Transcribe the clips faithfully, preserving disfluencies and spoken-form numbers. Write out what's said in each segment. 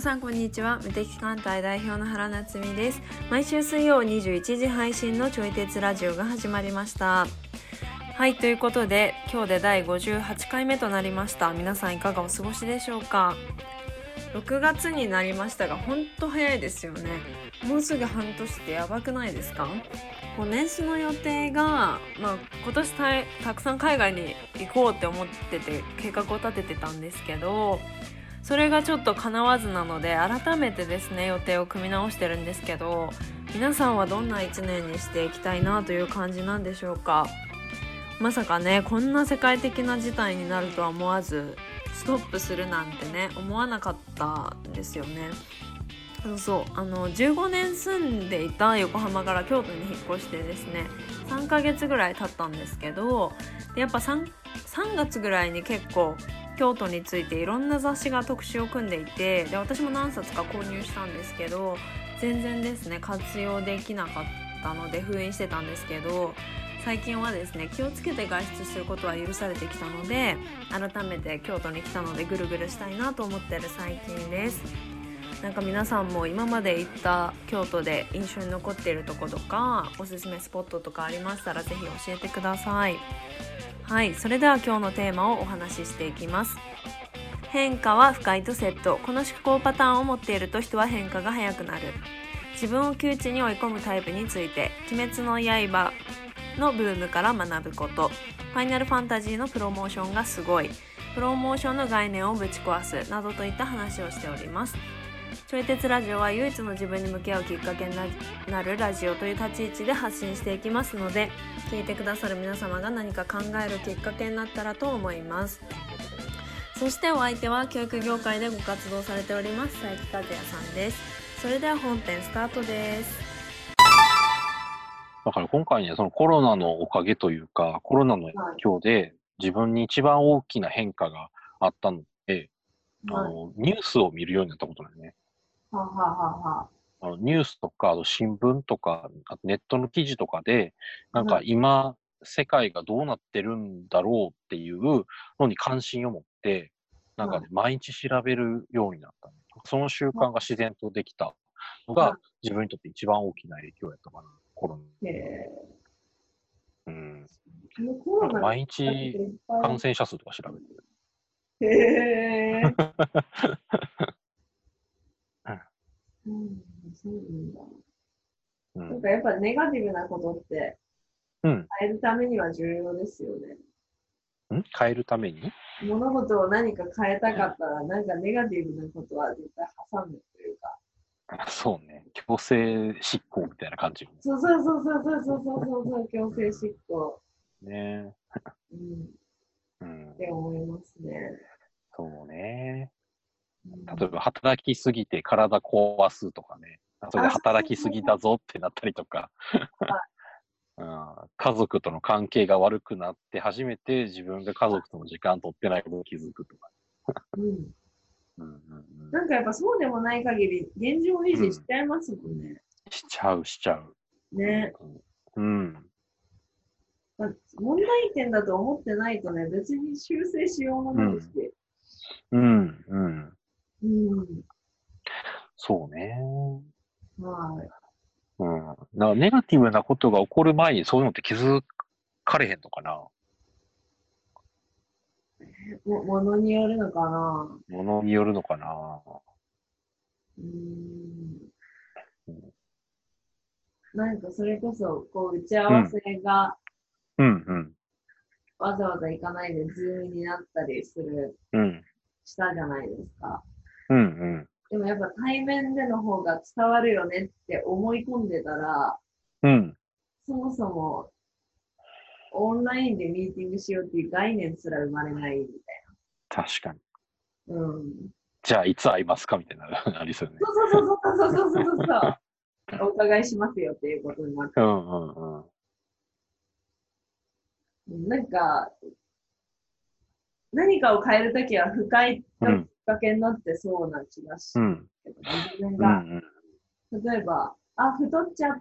皆さんこんにちは。無敵艦隊代表の原夏実です。毎週水曜にじゅういちじ配信のちょい鉄ラジオが始まりました。はい、ということで今日でだいごじゅうはちかいめとなりました。皆さんいかがお過ごしでしょうか。ろくがつになりましたが、ほんと早いですよね。もうすぐ半年ってやばくないですか。もう年始の予定が、まあ、今年 た, たくさん海外に行こうって思ってて計画を立ててたんですけど、それがちょっと叶わずなので改めてですね予定を組み直してるんですけど、皆さんはどんないちねんにしていきたいなという感じなんでしょうか。まさかねこんな世界的な事態になるとは思わず、ストップするなんてね思わなかったんですよね。そうそうあのじゅうごねん住んでいた横浜から京都に引っ越してですねさんかげつぐらい経ったんですけど、でやっぱ 3, 3月ぐらいに結構京都についていろんな雑誌が特集を組んでいて、で私も何冊か購入したんですけど、全然ですね活用できなかったので封印してたんですけど、最近はですね気をつけて外出することは許されてきたので、改めて京都に来たのでぐるぐるしたいなと思ってる最近です。なんか皆さんも今まで行った京都で印象に残っているところとかおすすめスポットとかありましたらぜひ教えてください。はい、それでは今日のテーマをお話ししていきます。変化は不快とセット。この思考パターンを持っていると人は変化が早くなる。自分を窮地に追い込むタイプについて、鬼滅の刃のブームから学ぶこと、ファイナルファンタジーのプロモーションがすごい、プロモーションの概念をぶち壊すなどといった話をしております。ちょい鉄ラジオは唯一の自分に向き合うきっかけになるラジオという立ち位置で発信していきますので、聞いてくださる皆様が何か考えるきっかけになったらと思います。そしてお相手は教育業界でご活動されております佐伯和也さんです。それでは本編スタートです。 だから今回ね、そのコロナのおかげというか、コロナの影響で自分に一番大きな変化があったので、あはい、 の、ニュースを見るようになったことなんね。 ははははあのニュースとか、あと新聞とか、あとネットの記事とかで、なんかはい今、世界がどうなってるんだろうっていうのに関心を持って、なんかね、 は毎日調べるようになったね。その習慣が自然とできたのはが、自分にとって一番大きな影響やったかな、コロナ。 い。えうん。 ー、もうコロナがなんか毎日きっかけでいっぱいある。 感染者数とか調べてる。 へえー、うん、そうなんだ。 うん。 なんかやっぱネガティブなことってうん。 変えるためには重要ですよね。 ん変えるために。 物事を何か変えたかったら、なんかネガティブなことは絶対挟むというか。 そうね。強制執行みたいな感じ。 そうそうそうそうそうそうそうそう、強制執行。 ね。 うん、っうん。 て思いますね。 そうね。 うん、 例えば働きすぎて体壊すとかね。それであ、そうそう働きすそうそう。 ぎだぞってなったりとか、 はうん、家族との関係が悪くなって初めて自分が家族との時間取ってないことに気づくとか。 い。うん。 うんうんなんかやっぱそうでもない限り、現状維うん。うん。 持しちゃいますもんね。 しちゃうしちゃう。 ね。 うん。うん。 まあ問題点だと思ってないとね、別に修正しようもないし。 うん。うん。うん。 うん。 そうね。 はい。 うん。だからネガティブなことが起こる前にそういうのって気づかれへんのかな。 も、ものによるのかな。 ものによるのかな。 うん。 うん。 なんかそれこそ、こう、打ち合わせうん。 がうん。うん。 わざわざ行かないでズームになったりする、 うん。 したじゃないですか。 うん。 でもやっぱ対面での方が伝わるよねって思い込んでたら、 うん。 そもそもオンラインでミーティングしようっていう概念すら生まれないみたい確かに。 な。うん。 じゃあ、いつ会いますかみたいな、ありそうよね。 そうそうそうそうそうそうそうそう。お伺いしますよっていうことになって。 うんうんうん。 なんか、何かを変えるときは不快がきっうん。 かけになってそうな気がしますうん。 けどね。自分が、 うん例えば、あ、太っちゃった、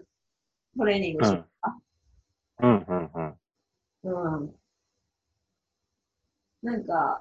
トレーニングしうん。 ます。 うんうんうん。 うん。なんか、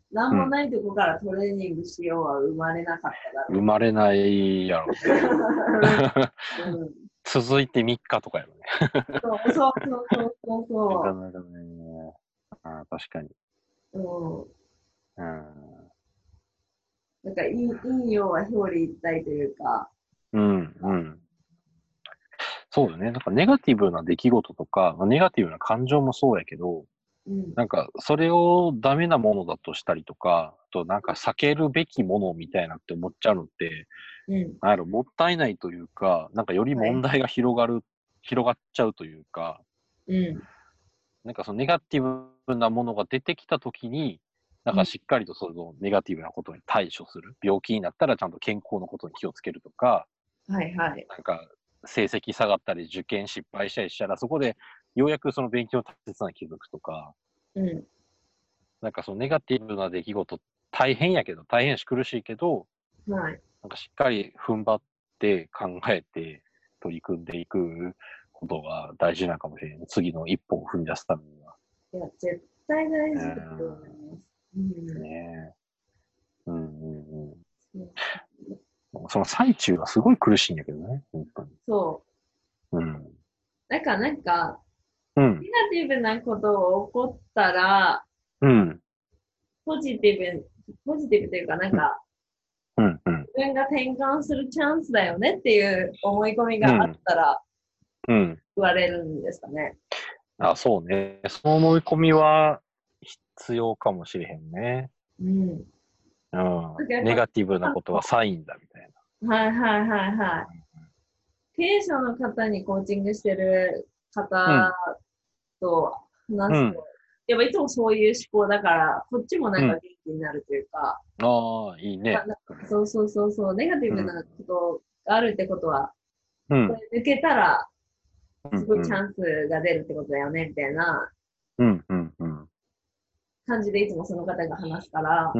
なんもないとこからトレーニングしようは生まれなかっただろう。 生まれないやろね。 うん、 続いてみっかとかやろね。 そうそうそうそうそうそなかなかね。あー確かに。 う。うん。 うん。 なんか陰、陰陽は表裏一体というか、 うん、うん。そうよね。なんかネガティブな出来事とか、まあネガティブな感情もそうやけど、 うん、 なんかそれをダメなものだとしたりとか、あとなんか避けるべきものみたいなって思っちゃうのって、 うん。 なんやろ、もったいないというか、なんかよりはい。 問題が広がる、広がっちゃうというか、 うん、 なんかそのネガティブなものが出てきたときに、なんうん。 かしっかりとそのネガティブなことに対処する。病気になったらちゃんと健康のことに気をつけるとか、 はいはい。 なんか成績下がったり受験失敗したりしたら、そこでようやくその勉強の大切な気づくとか、 うん、 なんかそのネガティブな出来事、大変やけど、大変やし苦しいけど、 はい。 なんかしっかり踏ん張って考えて取り組んでいくことが大事なのかもしれない。次の一歩を踏み出すためには。 いや、絶対大う事だと思いん。 ます。うん。 ねえ。うんうんそう。 うん。その最中はすごい苦しいんやけどね。本当に。 そう。 うん。 だからなんか、 うん。 ネガティブなことが起こったら、 うん。 ポジティブ、ポジティブというか、なんうん。 か、 うん。うん。 自分が転換するチャンスだよねっていう思い込みがあっうん。 たらうん。 言われるんですかね。 あ、そうね。その思い込みは必要かもしれへんね。 うん。 うん。 なんかやっぱ、 ネガティブなことはサインだみたいはいはいはいはい。経営者の方にコーチングしてるな。う方ん。 とうん。 話すと、やっぱいつもそういう思考だから、こっちもなんか元うん。 気になるというか、 ああ、いいね。 まあなそうそうそうそう、ネガティうん。 ブなことがあるってことは、 うん。 これ抜けたら、 うん。 すごいチうん。 ャンスが出るってことだよね、みたいなうん。うん。うん。 感じでいつもその方が話すから、 うん。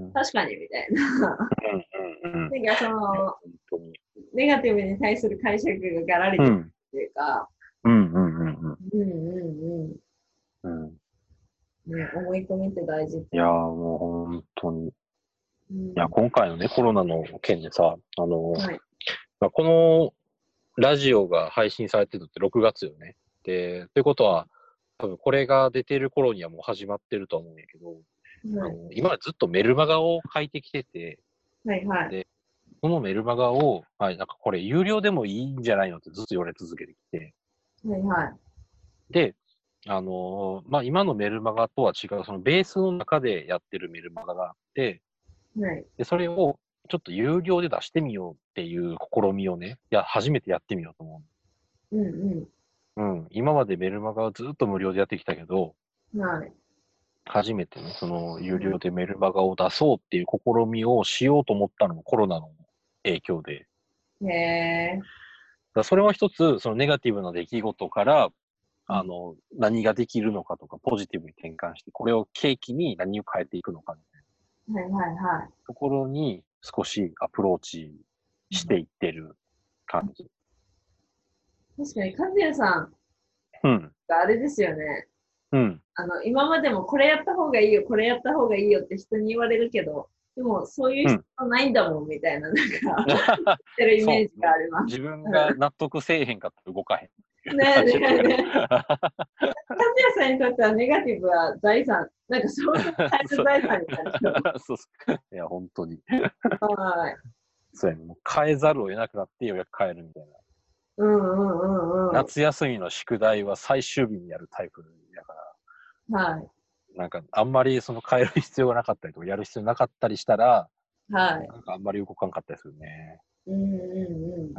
確かに、みたいな。 うん。うん。 なんかそいや、 の、 本当に。 ネガティブに対する解釈がガラリとうん。 っていうか、 うん。うん。うん。うん。 うんうんうん。 うん。ね、思い込みって大事っていやー、 ね。 もう本当に。いや、 うん。 今回のね、コロナの件でさ、あの、 はい。 まあ、このラジオが配信されてるのってろくがつよね。で、ということは、多分これが出てる頃にはもう始まってると思うんやけど、あはい。 の、今までずっとメルマガを書いてきてて、 はいはい。 で、そのメルマガを、はい、なんかこれ有料でもいいんじゃないのってずっと言われ続けてきて、 はいはで、あのーまあ、今のメルマガとは違う、そのベースの中でやってるメルマガがあって、 い。はい。 で、それをちょっと有料で出してみようっていう試みをね、いや、初めてやってみようと思うんう。うん。今までメルマガをずっと無料でやってきたけど、 うん。はい。 初めてね、その有う料でメルマガを出そうっていう試みをしようと思ったのもコロナの影響で。 ん。へえ。 だそれは一つ、そのネガティブな出来事から、 うん。 あの、何ができるのかとか、ポジティブに転換して、これを契機に何を変えていくのかみたいなはいはいはところに少しアプローチい。 していってる感じ。 確かに、和也さんうん。 があれですよね。 うん。 あの、今までもこれやった方がいいよ、これやった方がいいよって人に言われるけど、でもそういう人うん。 ないんだもんみたいな、なんか、してるイメージそうね。 があります。 自分が納得せえへんかったら動かへんっていうねえね感じだかえねえ。 ら。 和也さんにとってはネガティブは財産、なんか相当大切そう財産になるでしょ。 そうそう。いや、本当に。 はい。 そうやね。もう変えざるを得なくなってようやく変えるみたいな。 うんうんうんうん。 夏休みの宿題は最終日にやるタイプだから、 はい。 なんかあんまりその変える必要がなかったりとか、やる必要なかったりしたら、 はい。 なんかあんまり動かんかったりするね。 うんうんうん。 うん。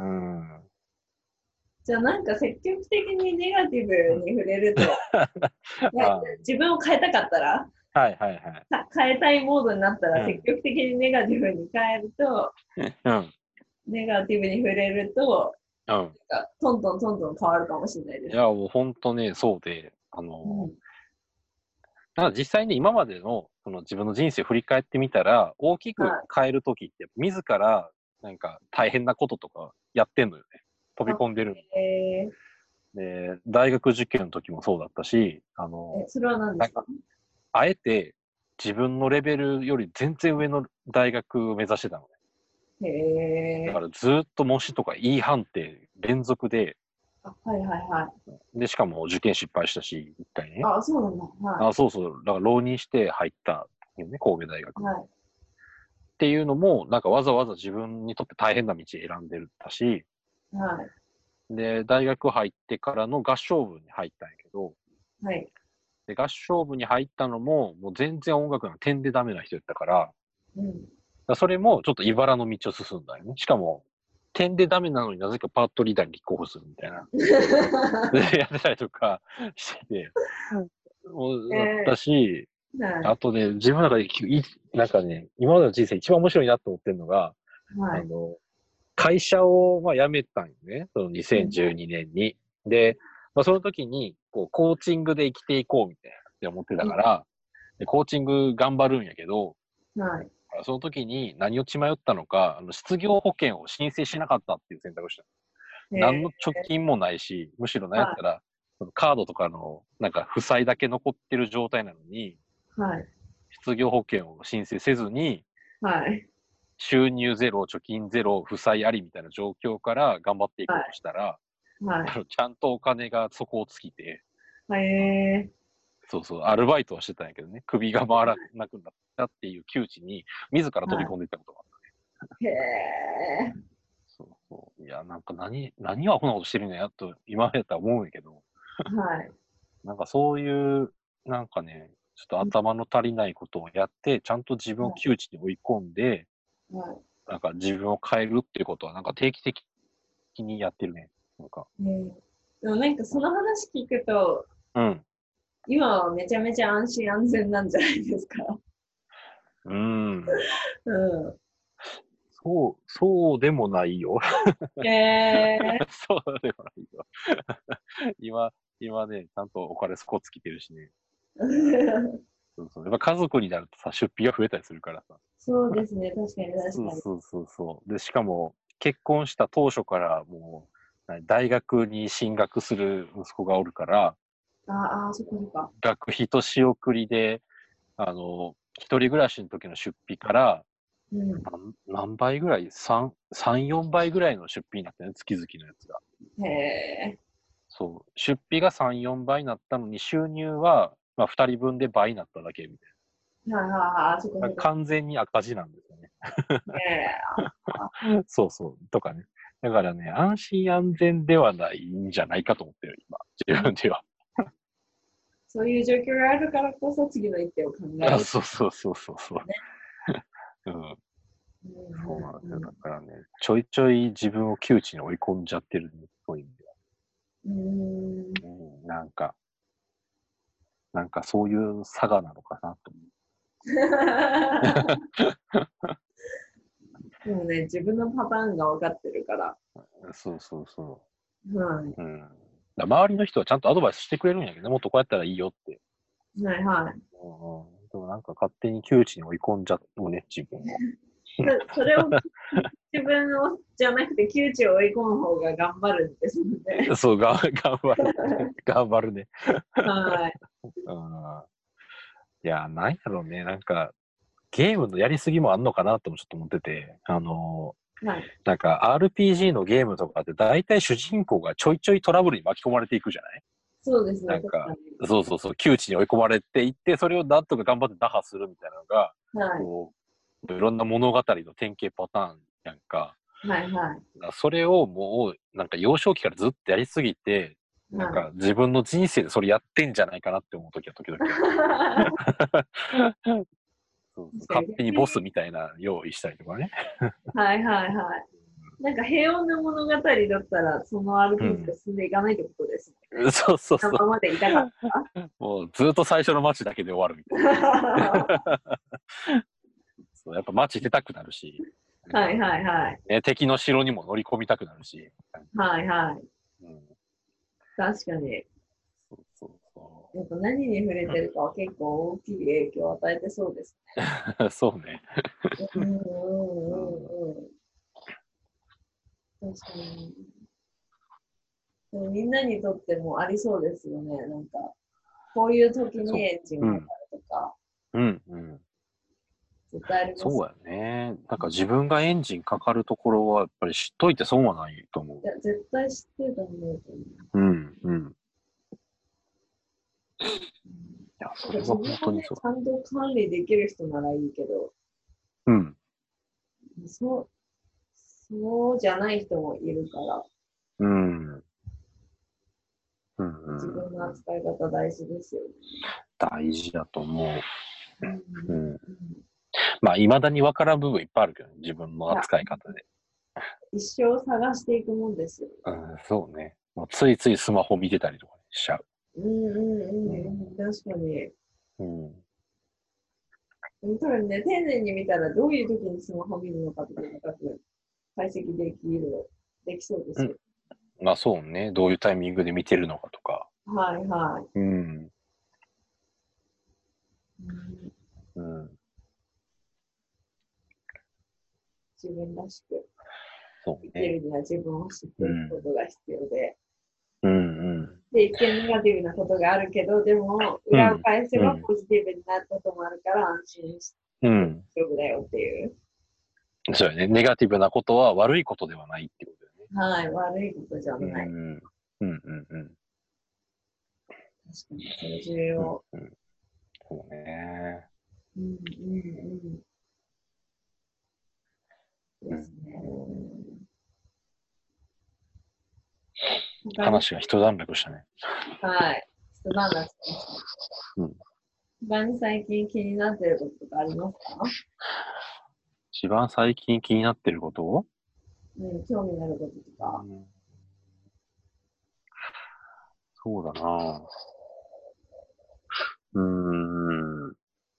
じゃあなんか積極的にネガティブに触れると、いやあ自分を変えたかったら、 はいはいはい。 か変えたいモードになったら積うん。 極的にネガティブに変えると、 うん。 ネガティブに触れると、 うん。 なんかトントントントン変わるかもしれないです。 いや、もう本当ね、そうで、あの、 うん。 ただ実際に今までのその自分の人生を振り返ってみたら、大きくは変えるときって、自らなんか大変なこととかやってんのよね。飛い。あ、 び込んでるえの。で、大学受験の時もそうだったし、あー、え、 の、 それは何ですか？ なんか、あえて、 自分のレベルより全然上の大学を目指してたのね。 へえ。 だからずっと模試とか E 判定連続で、 あ、はいはいはい。 で、しかも受験失敗したし、一回ね。 あ、そうなんだ。はあ、そうそう。だから浪人して入ったよね、神戸大学。 い。はい。 っていうのも、なんかわざわざ自分にとって大変な道選んでたし、 はい。 で、大学入ってからの合唱部に入ったんやけど、 はい。 で、合唱部に入ったのも、もう全然音楽が点でダメな人やったから、 うん。 だからそれもちょっと茨の道を進んだよね。しかも、点でダメなのになぜかパートリーダーに立候補するみたいな。でやってたりとかしてて、もうだったし、 はあとね、自分の中でい、なんかね、今までの人生一番面白いなと思ってるのが、 い。はい。 あの、会社をまあ辞めたんよね。そのにせんじゅうにねんに。で、まあ、その時に、こう、コーチングで生きていこうみたいなって思ってたから、でコーチング頑張るんやけど、 はい。 その時に何を血迷ったのか、あの失業保険を申請しなかったっていう選択をした。 へ何のえ。 貯金もないし、むしろ何やっはたら、そのカードとかの、なんか負債だけ残ってる状態なのに、 い。はい。 失業保険を申請せずに、 はい。 収入ゼロ、貯金ゼロ、負債ありみたいな状況から頑張っていこうとしたら、 はい。 あのちゃんとお金が底を尽きて、 はい。へえ。 そうそう、アルバイトはしてたんやけどね、首が回らなくなったっていう窮地に、自ら飛び込んでいったことがあっへえ。 た。そうそう。いや、なんか何、何をアホなことしてるんやと、今やったら思うんやけど、 はい。 なんかそういう、なんかね、ちょっと頭の足りないことをやって、ちゃんと自分を窮地に追い込んで、 はなんか自分を変えるっていうことは、なんか定期的にやってるね。なんか。 い。へえ。でもなんかその話聞くと、 うん。 今はめちゃめちゃ安心安全なんじゃないですか。 うーん。 うそう、そうでもないよ。 ん。へえ。 そうでもないよ。今、今ね、ちゃんとお金スコツ来てるしね。そうそう。やっぱ家族になるとさ、出費が増えたりするからさ。 そうですね。確かに確かに。 そうそうそうそう。で、しかも、結婚した当初からもう、な大学に進学する息子がおるから、 ああ、そっかそっか。 学費と仕送りで、あの、一人暮らしの時の出費から、 うん。 何何倍ぐらい ?さん、よんばいぐらいの出費になったね、月々のやつが。 へえ。 そう。出費がさん、よんばいになったのに、収入は、まあ、ふたりぶんで倍になっただけみたいはいはいはい。そっかそな。 っか。 完全に赤字なんですよね。 へそうそう。とかね。だからね、安心安全ではないんじゃないかと思ってる、今。自分では。 そういう状況があるからこそ次の一手を考えあ、 る。 そうそうそうそうそう。 ね。 うん。 うんそうなんですよ。 うんだからね、ちょいちょい自分を窮地に追い込んじゃってる、そういう意味では。 うん。うーん。 うん、なんか、なんかそういう差がなのかなと思でもね、自分のパターンが分かってるから。 う。そうそうそはう。うん。だ周りの人はちゃんとアドバイスしてくれるんやけどね、もっとこうやったらいいよって。 い。はいはい。 うんうん、でもなんか勝手に窮地に追い込んじゃうね、自分を。 そそれを自分をじゃなくて窮地を追い込む方が頑張るんですので。 そう、が頑張る。頑張るね。 はい。 うん、いや、なんやろうね。なんか、ゲームのやりすぎもあんのかなともちょっと思ってて、あのはい。 なんか アールピージー のゲームとかって大体主人公がちょいちょいトラブルに巻き込まれていくじゃない。 そうですね、 なんか、 確かそうそうそう、窮地に追い込まれていって、それをなんとか頑張って打破するみたいなのが、 に。はい。 こう、いろんな物語の典型パターンやんか。 はいはい。 それをもう、なんか幼少期からずっとやりすぎて、なんはい。 か自分の人生でそれやってんじゃないかなって思うときは時々ある。そうそう、 確かに。 勝手にボスみたいな用意したりとかね。 はいはいはい。なんか平穏な物語だったら、その アールピージー が進んでいかないってことですもんね。 そうそうそう。 そのままでいたかっもうずっと最初の街だけで終わるみたいな。 た。 そうやっぱ街出たくなるし、 はいはいはい。 ね、敵の城にも乗り込みたくなるし。 はいはい。 うん、 確かに。 そうそうそやっぱ何に触れてるかは結構大きい影響を与えてそうですう。そうね。 ね。うんうんうんうん。確かに。でもみんなにとってもありそうですよね。なんか、こういう時にエンジンがかかうん。 るとか。 うんうん。 絶対あります。 そうやね。なんか自分がエンジンかかるところはやっぱり知っといて損はないと思いや、絶対知ってると思うと思う。うんうん。 う。 いや、そうん、 れは自分をね、 本当にそちゃんと管理できる人ならいいけど、 う。うん。 そう、そうじゃない人もいるから、 うん。うんうん。 自分の扱い方大事ですよね。 大事だと思うんうんう。うん。 うん。 まあ、未だに分からん部分いっぱいあるけどね。自分のいや、 扱い方で。 一生探していくもんですよね。 うん、そうね。もうついついスマホ見てたりとかしちゃう。 うんうんうん。 うんうん。確かに。 うん。 でも多分ね、丁寧に見たらどういう時にスマホ見るのかとかが多分解析できる、できそうですよ。 うん。まあそうね。どういうタイミングで見てるのかとか。 はいはい。 うん。 うん、 うん。 自分らしく生きそうね。 るには自分を知っていくこうん。 とが必要で。 うん。 で、一見ネガティブなことがあるけど、でも、 うん。 裏を返せうん。 ばポジティブになることもあるから安心してうん。 大丈夫だよっていう。 そうよね。ネガティブなことは悪いことではないってことだよはい、悪いことじゃね。 ない。 うん。うんうんうん。 確かに、それ重うん要。 うん。そうね。 うんうんうん。 うん。 ですね。他に、 話が一段落したね。 はい、一段落しました。 うん。 他に最近気になっていることとかありますか？ 一番最近気になってることをうん、興味のあることとか。 うん、そうだな。うーん。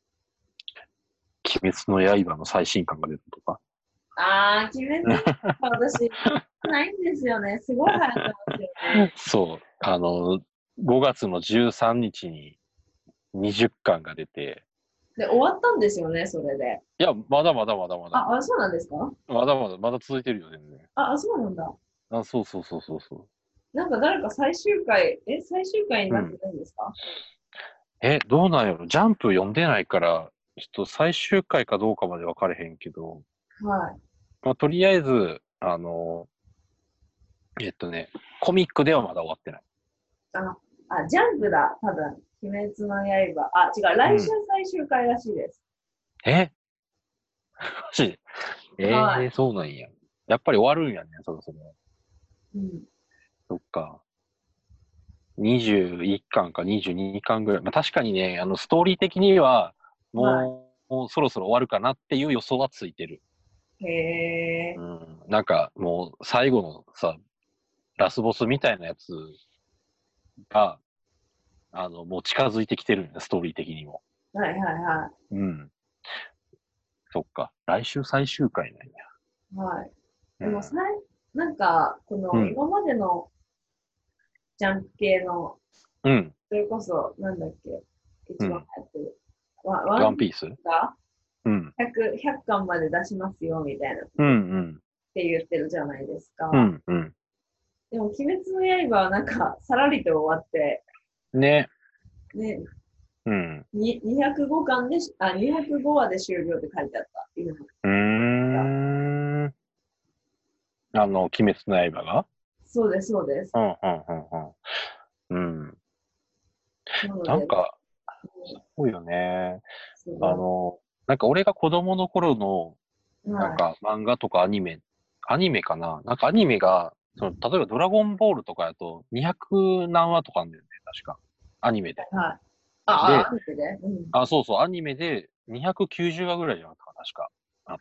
鬼滅の刃の最新刊が出たとか。 あー、鬼滅の刃私、ないんですよね。すごい流行ってますよね。 そう。あの、ごがつのじゅうさんにちににじゅっかんが出て、 で、終わったんですよね、それで。 いや、まだまだまだまだ。 あ、あ、そうなんですか？ まだまだ、まだ続いてるよ、全然。 あ、あ、そうなんだ。 あ、そうそうそうそうそなんか誰か最終回、え、最終回にう。うなってん。 ないんですか？ え、どうなんやろジャンプ読んでないから、ちょっと最終回かどうかまで分かれへんけど、 はい。 まあ、とりあえず、あの、えっとね、コミックではまだ終わってない。 あ、あ、ジャンプだ、多分。鬼滅の刃。あ、違う、来週うん。 最終回らしいです。 えマジでえはえー、そうなんや。やっぱり終わるんやね、そろそろ。 い。うん。 そっか。にじゅういっかんかにじゅうにかんぐらい。まあ、確かにね、あの、ストーリー的には、 はもう、もうそろそろ終わるかなっていう予想はついてる。 い。へえ。 うん。なんか、もう、最後のさ、ラスボスみたいなやつが、あの、もう近づいてきてるんだ、ストーリー的にも。 はいはいはうん。そっか。来週最終回なんや。 い。はい。でもさうん。 い、なんか、このうん。 今までのジャンプ系の、 うん。 それこそ、なんだっけ、一番うん。 流行ってる。ワワンピーワンピーススがうん。 ひゃく、ひゃっかんまで出しますよ、みたいなこうん。 とっうん。 て言ってるじゃないですか。 うん。うん。 でも、鬼滅の刃はなんか、さらりと終わって、 ね。 ね、 うん。 ににひゃくごかんでし、あ、にひゃくごわで終了って書いてあった。今のうーが。 ん。あの、鬼滅の刃がそうです、そうです。 うん、うん、うん、うん。うん。 なので、 なんか、 もそうよね。 うすごあの、なんか俺が子供の頃の、 い。はい。 なんか漫画とかアニメ、アニメかななんかアニメが、その、例えばドラゴンボールとかやとにひゃく何話とかあるんだよね、確か。アニメで。 はい。あ、あ、 で、 アニメで。うん。 あ、そうそう、アニメでにひゃくきゅうじゅうわぐらいじゃなかったかな、確か。あって、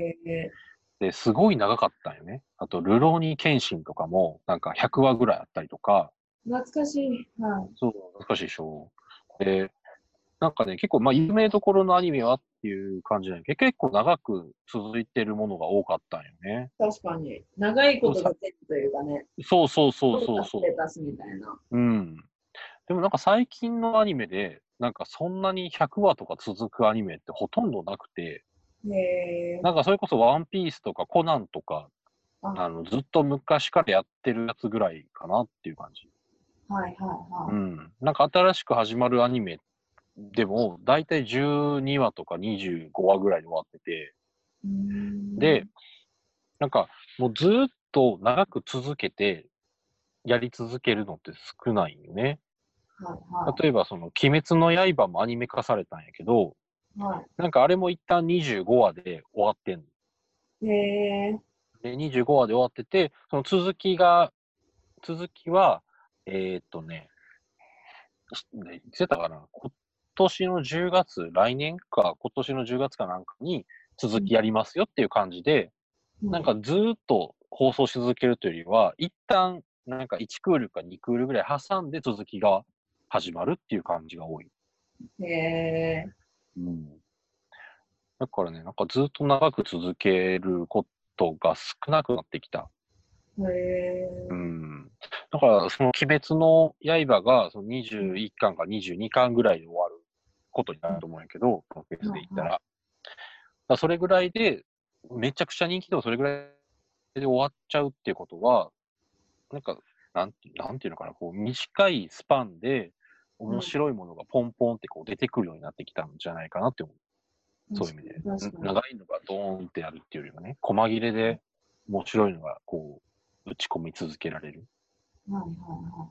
えー、 で、すごい長かったんよね。あと、ルローニケンシンとかも、なんかひゃくわぐらいあったりとか、 懐かしい。はそう、難しいでしょ。で、なんかね、結構、まあ、有名どころのアニメはっていう感じなんやけど、結構長く続いてるものが多かったんよね。 い。確かに。長いことがさ出るというかね。 そうそうそうことがステそうそータスみたいな。 う。うん。でもなんか最近のアニメで、なんかそんなにひゃくわとか続くアニメってほとんどなくて、 へえ。 なんかそれこそワンピースとかコナンとか、 あ、 あの、ずっと昔からやってるやつぐらいかなっていう感じ。 はいはいはうん。なんか新しく始まるアニメっでも、だいたいじゅうにわとかにじゅうごわぐらいで終わってて、 うーん。 で、なんか、もうずーっと長く続けて、やり続けるのって少ないよね。 はいは例えば、その、鬼滅の刃もアニメ化されたんやけど、 い。はなんかあれも一旦にじゅうごわで終わってんの。 い。へえ。 で、にじゅうごわで終わってて、その続きが、続きは、えーっとね、ねいつやったかな、今年のじゅうがつ、来年か、今年のじゅうがつかなんかに続きやりますよっていう感じで、 うん。 なんかずーっと放送し続けるというよりは、一旦なんかいちクールかにクールぐらい挟んで続きが始まるっていう感じが多い。 へえ。 うん。だからね、なんかずっと長く続けることが少なくなってきた。 へえ。 うん。だから、その鬼滅の刃がそのにじゅういっかんかにじゅうにかんぐらいで終わることになると思うんやけど、このペースで言ったら。 はいはだからそれぐらいで、めちゃくちゃ人気でもそれぐらいで終わっちゃうっていうことは、なんか、なんて、なんていうのかな、こう、短いスパンで面い。 白いものがポンポンってこう出てくるようになってきたんじゃないかなって思う。 うん。 そういう意味で。ん確かに。確かに。 長いのがドーンってやるっていうよりはね、細切れで面白いのがこう、打ち込み続けられる。 はいはいはい。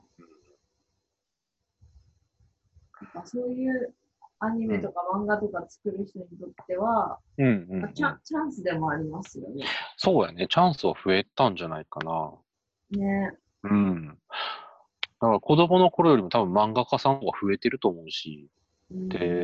なんかそういうアニうん。 メとか漫画とか作る人にとっては、 うんうんまあ、チうん。 ャンチャンスでもありますよね。 そうやね。チャンスは増えたんじゃないかな。 ね。 うん。だから子供の頃よりも多分漫画家さんの方が増えてると思うし、 うん。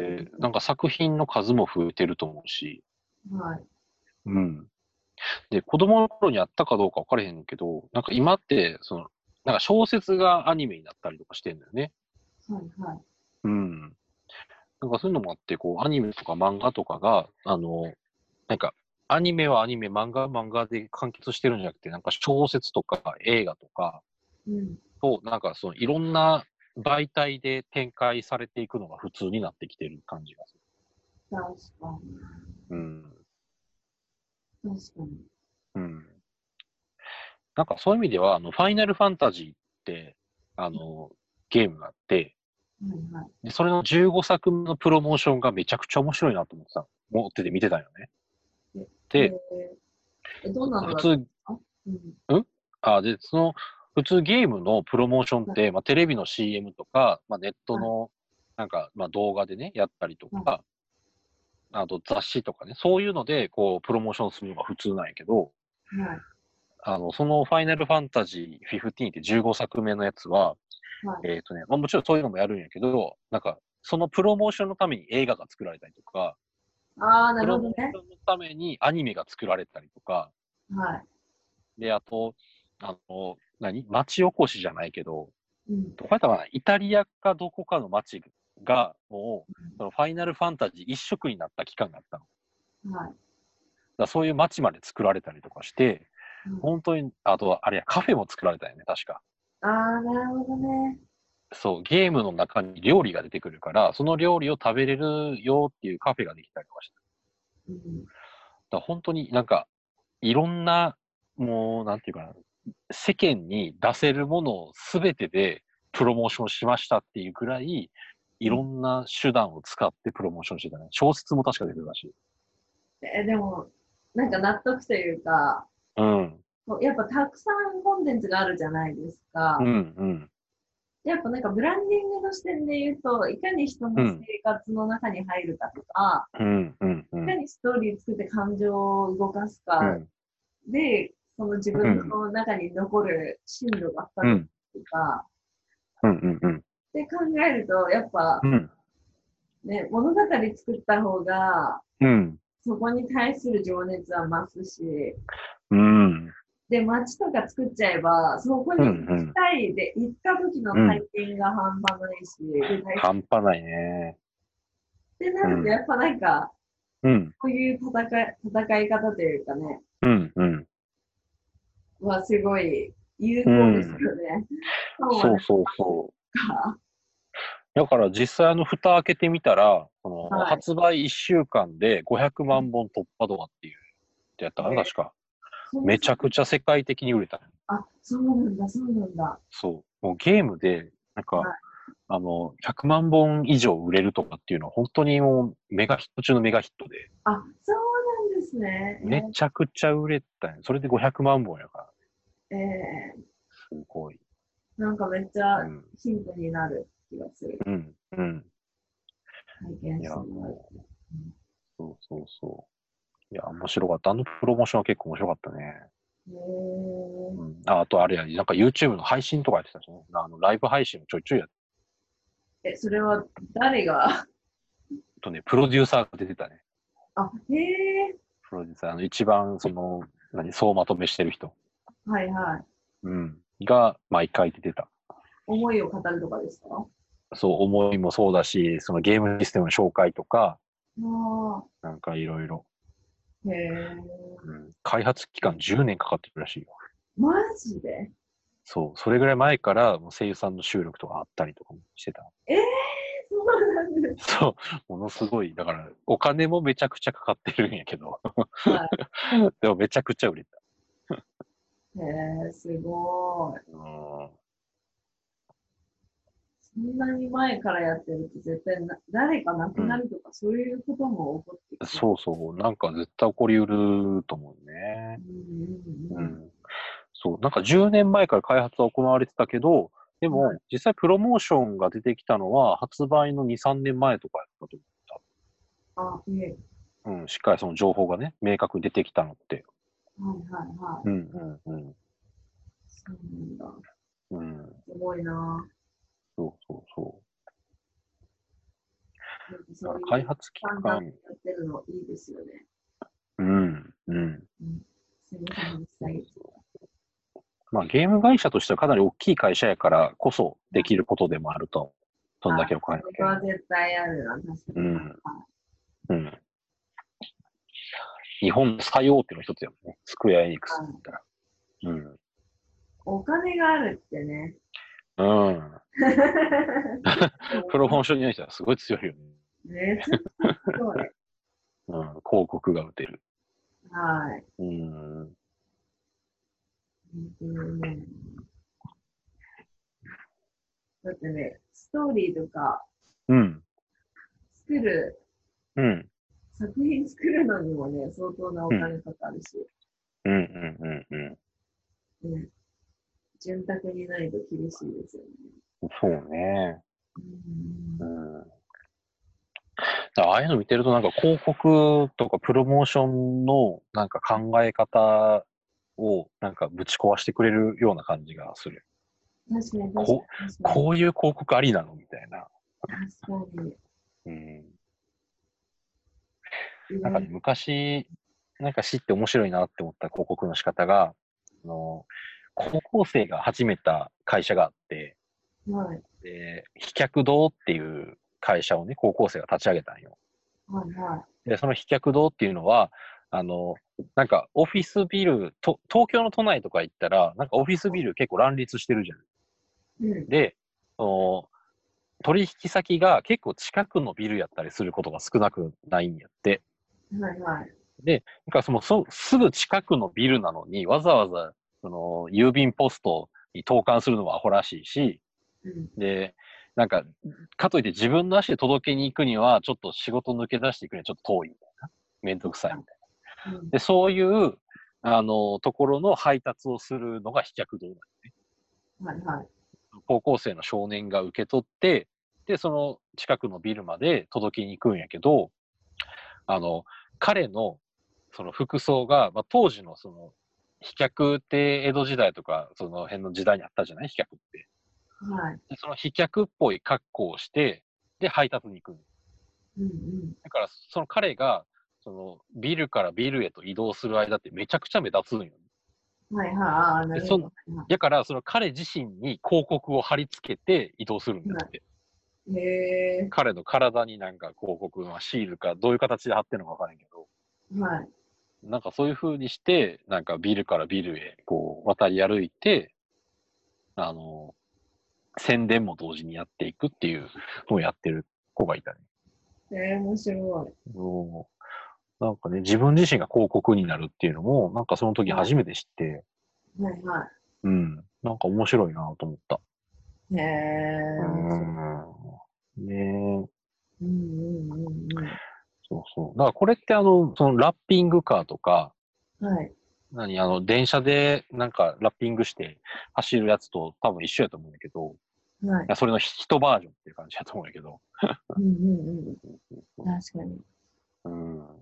で、なんか作品の数も増えてると思うし、 はい。 うん。で、子供の頃にあったかどうか分からへんけど、なんか今って、その、なんか小説がアニメになったりとかしてんだよね。 はいはい。 うん。なんかそういうのもあって、こう、アニメとか漫画とかが、あの、なんか、アニメはアニメ、漫画は漫画で完結してるんじゃなくて、なんか小説とか映画とかうん。 と、なんかそのいろんな媒体で展開されていくのが普通になってきてる感じがす確かる。うん。 に。確かに。 うん。なんかそういう意味では、あの、ファイナルファンタジーって、あの、ゲームがあって、 はいはい。 で、それのじゅうごさくめのプロモーションがめちゃくちゃ面白いなと思ってた。思ってて見てたよね。 え、 で、 ええ、どんなのだったんで普通、 すか？うん。 んあ、で、その、普通ゲームのプロモーションっはいて、まあ、テレビの シーエム とか、まあ、ネットはいの、なんか、まあ、動画でね、やったりとはいか、あと雑誌とかね、そういうので、こう、プロモーションするのが普通なんやけど、 はいあの、そのファイナルファンタジーじゅうごってじゅうごさくめのやつは、 はい。 えっとね、まあ、もちろんそういうのもやるんやけど、なんか、そのプロモーションのために映画が作られたりとか、 ああ、なプロるほどね。 モーションのためにアニメが作られたりとか、 はい。 で、あと、あの、何町おこしじゃないけど、 うん。 どこやったかなイタリアかどこかの町が、もう、そのファイナルファンタジー一色になった期間があったの。だかはい。 らそういう町まで作られたりとかして、 うん、 本当に、あとは、あれや、カフェも作られたよね、確か。 ああ、なるほどね。 そう、ゲームの中に料理が出てくるから、その料理を食べれるよっていうカフェができたりとかして。 うん。 だから本当になんか、いろんな、もう、なんていうかな、世間に出せるものを全てでプロモーションしましたっていうくらい、いろんな手段を使ってプロモーションしてたね。小説も確か出てたし。 え、でも、なんか納得というか、 うん。 こうやっぱたくさんコンテンツがあるじゃないですか。 うん、うん。 やっぱなんかブランディングの視点で言うと、いかに人の生うん、 活の中に入るかとか、 うん、うん、ういかん。 にストーリー作って感情を動かすかうん、 で、その自分うん、 の中に残る深度が深くなるうん、 とか、 うん、うん、 って考えると、やっぱうん、 ね、物語作った方が、 うん、 そこに対する情熱は増すし、 うん、 で、街とか作っちゃえば、そこうん、うに行きん、 たいで、行った時のうん。 体験が半端ないし、で、大っ半端ないね。 てなると、やうん、 っぱなんか、 うん、 こういう戦い、戦い方というかね、 うん、うん、 はすごい有う効ですん。 よね。そうはね、 そうそうそう。 か。 だから実際あの蓋開けてみたら、このはい。 発売いっしゅうかんでごひゃくまんぼん突破とかっていう、ってやったかな、 え確か。 その先、 めちゃくちゃ世界的に売れた。 あ、そうなんだ、そうなんだ。 そう。もうゲームで、なんか、 はい。 あの、ひゃくまんぼん以上売れるとかっていうのは本当にもうメガヒット中のメガヒットで、 あ、そうなんですね。 めちゃくちゃ売れたんよ。それでごひゃくまんぼんやから、 えー、えすごい。 ー、なんかめっちゃヒントになる気がする。 うん、うん。 体験いや、 してもらう。 もう、そうそうそう。いや、面白かった。あのプロモーションは結構面白かったね。 へー、 うん。あ、あとあれや、なんか YouTube の配信とかやってたしね。あの、ライブ配信もちょいちょいやってえ、それは誰がとね、プロデューサーが出てたね。 あ、へえ、 プロデューサー、あの、一番、その、何、総まとめしてる人。 はいはい。 うん。が、毎回出てた。 思いを語るとかですか？ そう、思いもそうだし、そのゲームシステムの紹介とか、 あなんかいろいろ。 あ、へえ、 うん。開発期間じゅうねんかかってるらしいよ。 マジで？ そう、それぐらい前からもう声優さんの収録とかあったりとかもしてた。 ええ、そうなんです。 そう、ものすごい。だから、お金もめちゃくちゃかかってるんやけど、 はでもめちゃくちゃ売れた。 い。へえ、すごい。 うん、 そんなに前からやってると絶対な誰か亡くなるとか、そういうことも起こってきて。 そうそう、なんか絶対起こりうると思うね。 うんうんうん。 うん。そう、なんかじゅうねんまえから開発は行われてたけど、ではい。 も、実際プロモーションが出てきたのは発売のに、さんねんまえとかやったとあ、ええ、 思う。うん、しっかりその情報がね、明確に出てきたのって。 はいはいはい。 うん、うん、うん。 そうなんだ。 うん、 すごいな。 そうそうそなんかう。だからそういう開発期散々や間、 ってるのいいですよね。 うん、うん。 うん。すみません、話したい。 まあゲーム会社としてはかなり大きい会社やからこそできることでもあると。そんだあ、 けお金それは絶対あるな、確かに。 うん。うん。日本最大手の一つやもんね。スクエアエニックスって言ったら。 お金があるってね。 うん。うん。プロモーションに関してはすごい強いよね。 めちゃくちゃ強い。 うん。広告が打てる。 はい。 うん。 本当にね。だってね、ストーリーとかうん。 作る、 うん。 作品作るのにもね、相当なおうん。 金かかるし、 うん。うん。うん。 ね、潤沢にないと厳しいですよね。 そうね。 うん。 うん。だからああいうの見てるとなんか広告とかプロモーションのなんか考え方をなんかぶち壊してくれるような感じがする。 確かに確かにこう、 確かに。 こういう広告ありなのみたいな。 確かに。 うん。 いろんなんかね、昔、なんか知って面白いなって思った広告の仕方が、あの、高校生が始めた会社があって、 な、はい、 で、飛脚堂っていう会社をね、高校生が立ち上げたんよ。 はい、はで、その飛脚堂っていうのは、あの、なんかオフィスビル、と東京の都内とか行ったら、なんかオフィスビル結構乱立してるじゃん。 い。うん。 で、その取引先が結構近くのビルやったりすることが少なくないんやって。 はい、はい。 で、なんかそのそすぐ近くのビルなのに、わざわざその郵便ポストに投函するのはアホらしいし、 うん。 で、なんか、かといって自分の足で届けに行くには、ちょっと仕事抜け出していくにはちょっと遠いみたいな。めんどくさいみたいな。 うん。 で、そういう、あの、ところの配達をするのが飛脚堂なんですね。 はい、はい。 高校生の少年が受け取って、で、その近くのビルまで届けに行くんやけど、あの、彼のその服装が、まあ、当時のその、飛脚って江戸時代とか、その辺の時代にあったじゃない飛脚って。 はい。 でその飛脚っぽい格好をして、で、配達に行く。 うん、うん。 だから、その彼が、その、ビルからビルへと移動する間ってめちゃくちゃ目立つんよ。 はい、はい。ああ、なで、 るほど。 その、 はだから、その彼自身に広告を貼り付けて移動するんい。はだって。 い。へえ。 彼の体になんか広告はシールか、どういう形で貼ってるのかわからんけど、 はい。 なんかそういう風にして、なんかビルからビルへこう渡り歩いて、あの、宣伝も同時にやっていくっていうのをやってる子がいたね。 ええ、面白い。 うんなんかね、自分自身が広告になるっていうのも、なんかその時は初めて知って、 い。はい、はうん、なんか面白いなと思った。 へえ。 うん。ねえ。 うんうんうんそうそう。だからこれってあの、そのラッピングカーとか、 うん。はい。 何、あの、電車でなんかラッピングして走るやつと多分一緒やと思うんだけど、 はい。 やそれの一バージョンっていう感じだと思うんやけど。 うんうんうん。確かに。 うん。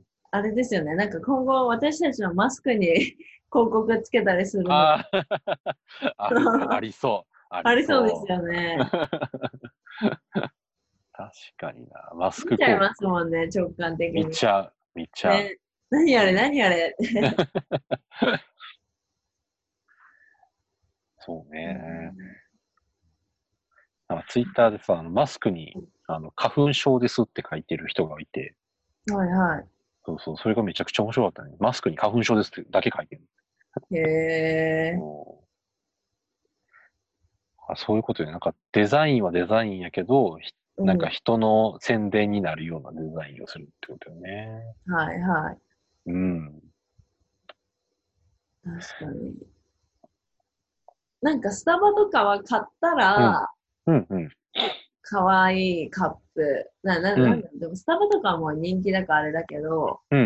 あれですよね。なんか今後私たちのマスクに広告つけたりするの。 ああ、あるね。ありそう。あありりそうですそう。 よね。 確かにな。マス見ちゃいますク広告。 もんね、直感的に。 見ちゃう。見ちゃう。 ね。何あれ、 うん。 何あれ。 そううね。 んなんかツイッターでさ、あのマスクに、あの、花粉症ですって書いてる人がいて、 はいはそうそう、それがめちゃくちゃ面白かったね。マスクに花粉症ですってだけ書いてる。 い。へえ。 うんあそういうことで、なんかデザインはデザインやけど、ひなんかうん。 人の宣伝になるようなデザインをするってことよね。 はいはい。 うん。 確かに。なんかスタバとかは買ったうん。 ら、 うん、うん。 かわいいカップ。な、な、 うん。 なんだ、でもスタバとかはもう人気だからあれだけど、 うん。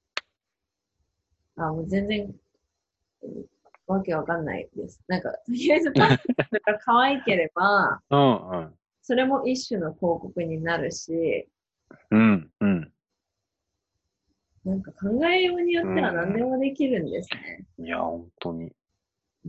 あ、もう全然、うんわけわかんないです。なんか、とりあえずパッケージが可愛ければ、 うん、うん。 それも一種の広告になるし、 うん、うん。 なんか考えようにようっては何でん。 もできるんですね。 いや、本当に。 うん。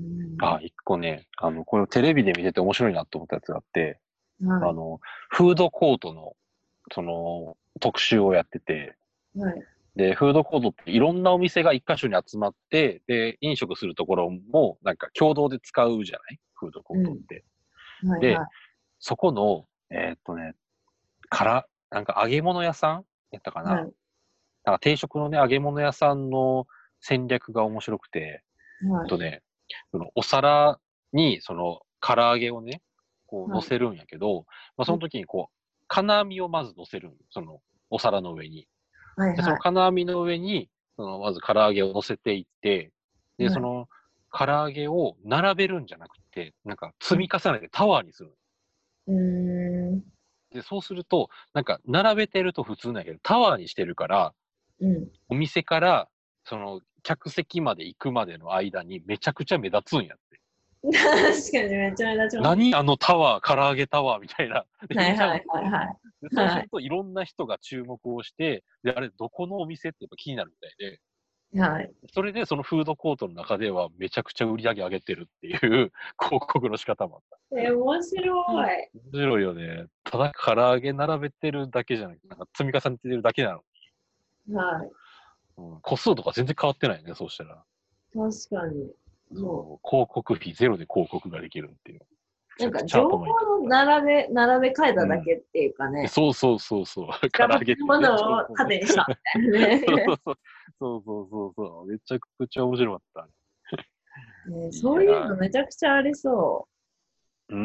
あ、一個ね、あの、これをテレビで見てて面白いなと思ったやつがあって、 はい。 あの、フードコートの、その、特集をやってて、 はい。 で、フードコートっていろんなお店が一箇所に集まって、で、飲食するところもなんか共同で使うじゃないフードコートっうて。 ん。はいで、 はそこの、えーっとね、から、なんか揚げ物屋さんやったかい。はない。 なんか定食のね、揚げ物屋さんの戦略が面白くて、 はい。 えっとね、そのお皿にその唐揚げをね、こう乗はい。 せるんやけど、まあ、その時にこう、金網をまず乗せるんよそのお皿の上に。で、そのはいは金網の上に、そのまず唐揚げを乗せていって、 い。 で、 はい。 その唐揚げを並べるんじゃなくて、なんか積うんみ重ねてタワーにする。 うーん。 で、そうすると、なんか並べてると普通なんやけど、タワーにしてるから、 うん。 お店からその客席まで行くまでの間にめちゃくちゃ目立つんやって。 確かにめっちゃ目立ちます。 何あのタワー、唐揚げタワーみたいな。で、みんなはいはいが思ってる。 はいはで、 い。はい。 そうするといろんな人が注目をして、で、あれ、どこのお店ってやっぱ気になるみたいで、 はい。 それでそのフードコートの中ではめちゃくちゃ売り上げ上げてるっていう広告の仕方もあった。 え、面白い。 面白いよね。ただ唐揚げ並べてるだけじゃなくて、なんか積み重ねてるだけなの。 はい。 うん、個数とか全然変わってないね、そうしたら。 確かに。もそう、広告費ゼロで広告ができるっていう。めう、なんちゃくちゃか情報頭いいと思のった。 並べ、並べ替えただうん。 けっていうかね、 そうそうそうそう。唐使って揚げってるものめっちゃ面を白い。 縦にしたみたいなね。 そうそうそう。そうそうそうそう。めちゃくちゃ面白かった。 ねいやそういうのめちゃくちゃありそー、うん。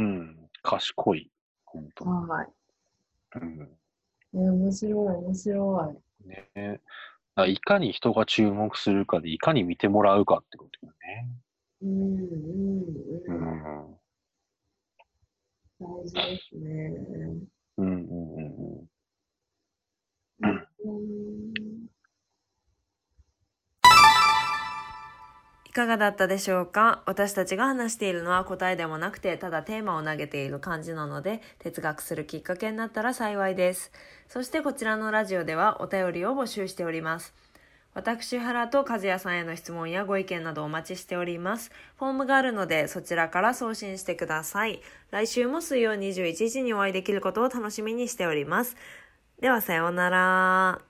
賢い。本当う。 に。 はうん。 い。ね、面白い、面白い。 ねあいかに人が注目するかで、いかに見てもらうかってことよね。 うん、うん、 ううん。 ん。 大事ですね。 うんうんうんうん。 うんいかがだったでしょうか。私たちが話しているのは答えでもなくて、ただテーマを投げている感じなので、哲学するきっかけになったら幸いです。そしてこちらのラジオではお便りを募集しております。私原と和也さんへの質問やご意見などお待ちしております。フォームがあるのでそちらから送信してください。来週も水曜にじゅういちじにお会いできることを楽しみにしております。ではさようなら。